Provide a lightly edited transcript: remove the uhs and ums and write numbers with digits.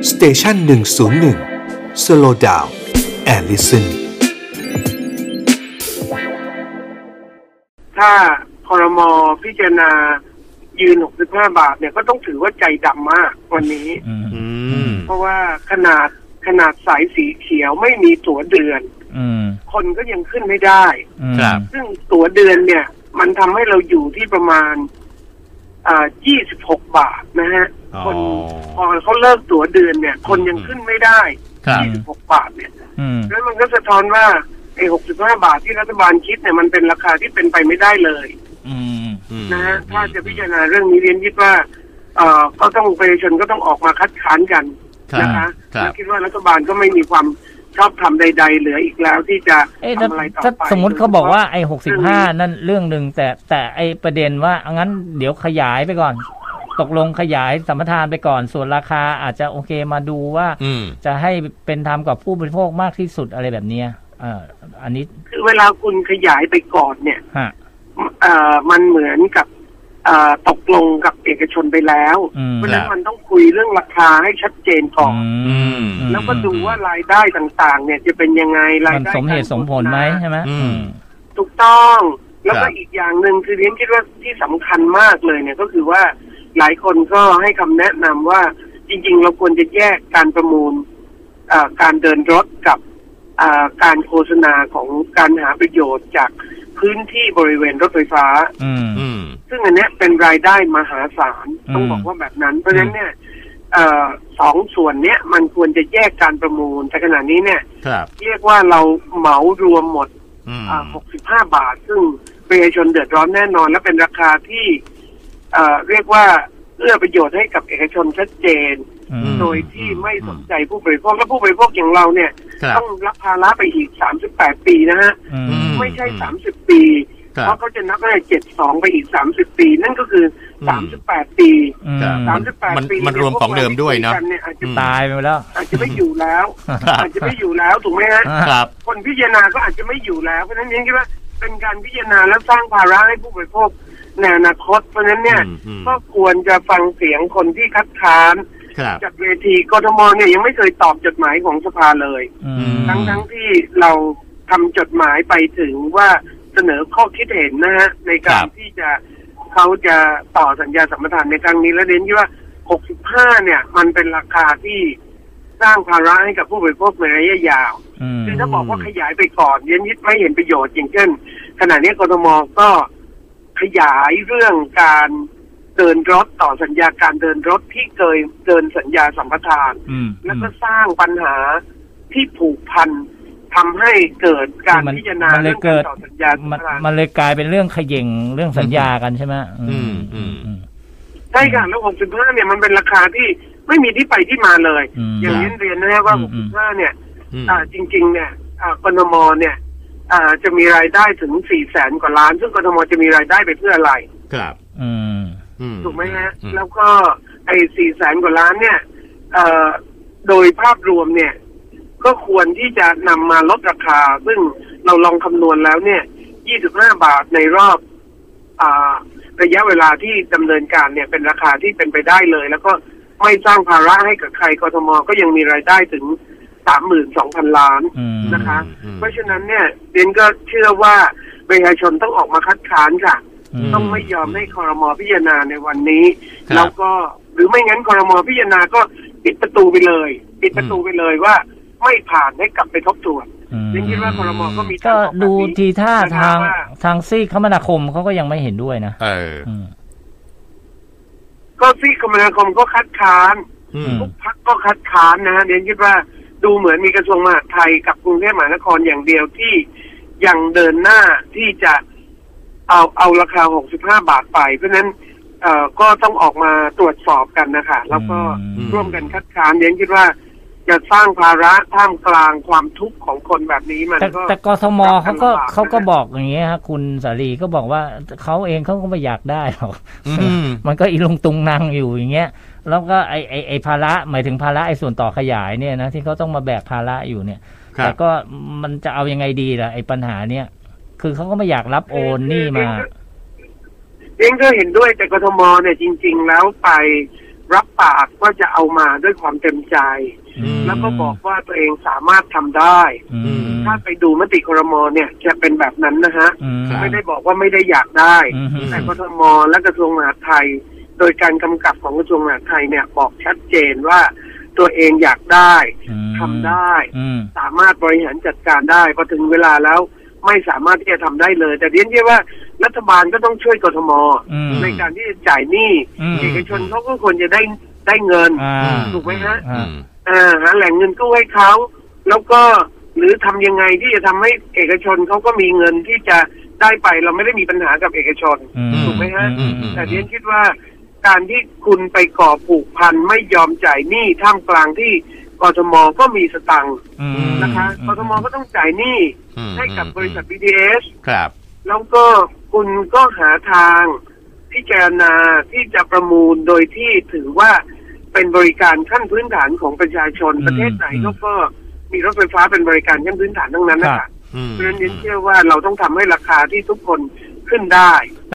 สเตชัน101 Slow Down and Listen ถ้าครม.พิจารณายืน65 บาทเนี่ยก็ต้องถือว่าใจดำมากวันนี้เพราะว่าขนาดสายสีเขียวไม่มีตั๋วเดือนคนก็ยังขึ้นไม่ได้ซึ่งตั๋วเดือนเนี่ยมันทำให้เราอยู่ที่ประมาณ26 บาทนะฮะคนพอเขาเลิกตั๋วเดือนเนี่ยคนยังขึ้นไม่ได้26 บาทเนี่ยแล้วมันก็สะท้อนว่าไอ้65 บาทที่รัฐบาลคิดเนี่ยมันเป็นราคาที่เป็นไปไม่ได้เลยนะฮะถ้าจะพิจารณาเรื่องนี้เรียนคิดว่าก็ต้องประชาชนก็ต้องออกมาคัดค้านกันนะคะและคิดว่ารัฐบาลก็ไม่มีความชอบทำใดๆเหลืออีกแล้วที่จะทำอะไรต่อไปสมมติเขาบอกว่าไอ้65นั่นเรื่องนึงแต่ไอ้ประเด็นว่างั้นเดี๋ยวขยายไปก่อนตกลงขยายสัมปทานไปก่อนส่วนราคาอาจจะโอเคมาดูว่าจะให้เป็นธรรมกับผู้บริโภคมากที่สุดอะไรแบบนี้อันนี้คือเวลาคุณขยายไปก่อนเนี่ยมันเหมือนกับตกลงกับเอกชนไปแล้วเพราะฉะนั้นมันต้องคุยเรื่องราคาให้ชัดเจนก่อนแล้วก็ดูว่ารายได้ต่างๆเนี่ยจะเป็นยังไงรายได้สมเหตุสมผลไหมใช่ไหมถูกต้องแล้วก็อีกอย่างหนึ่งคือเรียนคิดว่าที่สำคัญมากเลยเนี่ยก็คือว่าหลายคนก็ให้คำแนะนำว่าจริงๆเราควรจะแยกการประมูลการเดินรถกับการโฆษณาของการหาประโยชน์จากพื้นที่บริเวณรถไฟฟ้าซึ่งอันนี้เป็นรายได้มหาศาลต้องบอกว่าแบบนั้นเพราะฉะนั้นเนี่ยสองส่วนเนี้ยมันควรจะแยกการประมูลแต่ขณะนี้เนี่ยเรียกว่าเราเหมารวมหมด65 บาทซึ่งประชาชนเดือดร้อนแน่นอนและเป็นราคาที่เรียกว่าเอื้อประโยชน์ให้กับเอกชนชัดเจนโดยที่ไม่สนใจผู้บริโภคและผู้บริโภคอย่างเราเนี่ยต้องรับภาระไปอีก38 ปีนะฮะไม่ใช่30 ปีเพราะเขาจะนับได้72ไปอีก30 ปีนั่นก็คือ38 ปี38 ปีมันรวมของเดิมด้วยเนาะตายไปแล้วอาจจะไม่อยู่แล้วอาจจะไม่อยู่แล้วถูกไหมฮะคนพิจารณาก็อาจจะไม่อยู่แล้วเพราะฉะนั้นคิดว่าเป็นการพิจารณาและสร้างภาระให้ผู้บริโภคในอนาคตเพราะฉะนั้นเนี่ยก็ควรจะฟังเสียงคนที่คัดค้านจากเวทีกทมเนี่ยยังไม่เคยตอบจดหมายของสภาเลยทั้งที่เราทำจดหมายไปถึงว่าเสนอข้อคิดเห็นนะฮะในการที่จะเขาจะต่อสัญญาสัมปทานในครั้งนี้และเน้นที่ว่า65เนี่ยมันเป็นราคาที่สร้างภาระให้กับผู้บริโภคในระยะยาวคือถ้าบอกว่าขยายไปก่อนยันยึดไม่เห็นประโยชน์อย่างเช่นขณะนี้กทมก็ขยายเรื่องการเดินรถต่อสัญญาการเดินรถที่เคยเดินสัญญาสัมปทานแล้วก็สร้างปัญหาที่ผูกพันทำให้เกิดการพิจารณาเรื่องการต่อสัญญามันเลยกลายเป็นเรื่องเขย่งเรื่องสัญญากันใช่ไหมใช่ค่ะแล้ว65เนี่ยมันเป็นราคาที่ไม่มีที่ไปที่มาเลยอย่างนี้เรียนนะว่า65เนี่ยจริงๆเนี่ยกทมเนี่ยจะมีรายได้ถึง400,000 กว่าล้านซึ่งกทมจะมีรายได้ไปเพื่ออะไรครับถูกไหมฮะแล้วก็ไอ้400,000 กว่าล้านเนี่ยโดยภาพรวมเนี่ยก็ควรที่จะนำมาลดราคาซึ่งเราลองคำนวณแล้วเนี่ย25 บาทในรอบระยะเวลาที่ดำเนินการเนี่ยเป็นราคาที่เป็นไปได้เลยแล้วก็ไม่สร้างภาระให้กับใครกทมก็ยังมีรายได้ถึง32,000 ล้านนะคะเพราะฉะนั้นเนี่ยเรียนก็เชื่อว่าประชาชนต้องออกมาคัดค้านค่ะต้องไม่ยอมให้ครม.พิจารณาในวันนี้แล้วก็หรือไม่งั้นครม.พิจารณาก็ปิดประตูไปเลยว่าไม่ผ่านให้กลับไปทบทวนเรียนคิดว่าครม.ก็มีก็ดูทีท่าทางซีกคมนาคมเขาก็ยังไม่เห็นด้วยนะก็ซีกคมนาคมก็คัดค้านทุกพรรคก็คัดค้านนะเรียนคิดว่าดูเหมือนมีกระทรวงมหาดไทยกับกรุงเทพมหานครอย่างเดียวที่ยังเดินหน้าที่จะเอาราคา65 บาทไปเพราะนั้นก็ต้องออกมาตรวจสอบกันนะคะแล้วก็ร่วมกันคัดค้านเรียนคิดว่าจะสร้างภาระท่ามกลางความทุกข์ของคนแบบนี้มันก็แต่กทมเขาก็บอกอย่างเงี้ยฮะคุณสาลีก็บอกว่าเขาเองเขาก็ไม่อยากได้หรอกมันก็อีลุงตุงนังอยู่อย่างเงี้ยแล้วก็ไอภาระหมายถึงภาระไอส่วนต่อขยายเนี่ยนะที่เขาต้องมาแบกภาระอยู่เนี่ยแต่ก็มันจะเอายังไงดีล่ะไอปัญหาเนี่ยคือเขาก็ไม่อยากรับโอนนี่มาเองก็เห็นด้วยแต่กทมเนี่ยจริงๆแล้วไปรับปากว่าจะเอามาด้วยความเต็มใจแล้วก็บอกว่าตัวเองสามารถทำได้ถ้าไปดูมติครม.เนี่ยจะเป็นแบบนั้นนะฮะไม่ได้บอกว่าไม่ได้อยากได้แต่กทม.และกระทรวงมหาดไทยโดยการกำกับของกระทรวงมหาดไทยเนี่ยบอกชัดเจนว่าตัวเองอยากได้ทำได้สามารถบริหารจัดการได้พอถึงเวลาแล้วไม่สามารถที่จะทำได้เลยแต่เรียนเชื่อว่ารัฐบาลก็ต้องช่วยกทม.ในการที่จะจ่ายหนี้เอกชนเขาก็ควรจะได้เงินถูกไหมฮะหาแหล่งเงินกู้ให้เขาแล้วก็หรือทำยังไงที่จะทำให้เอกชนเขาก็มีเงินที่จะได้ไปเราไม่ได้มีปัญหากับเอกชนถูกไหมฮะแต่เรียนคิดว่าการที่คุณไปก่อผูกพันไม่ยอมจ่ายหนี้ท่ามกลางที่กทม.ก็มีสตังค์นะคะกทม.ก็ต้องจ่ายหนี้ให้กับบริษัท BTS ครับแล้วก็คุณก็หาทางพิจารณาที่จะประมูลโดยที่ถือว่าเป็นบริการขั้นพื้นฐานของประชาชนประเทศไหนก็มีรถไฟฟ้าเป็นบริการขั้นพื้นฐานทั้งนั้นนะคะเพราะฉะนั้นเชื่อว่าเราต้องทำให้ราคาที่ทุกคนขึ้นได้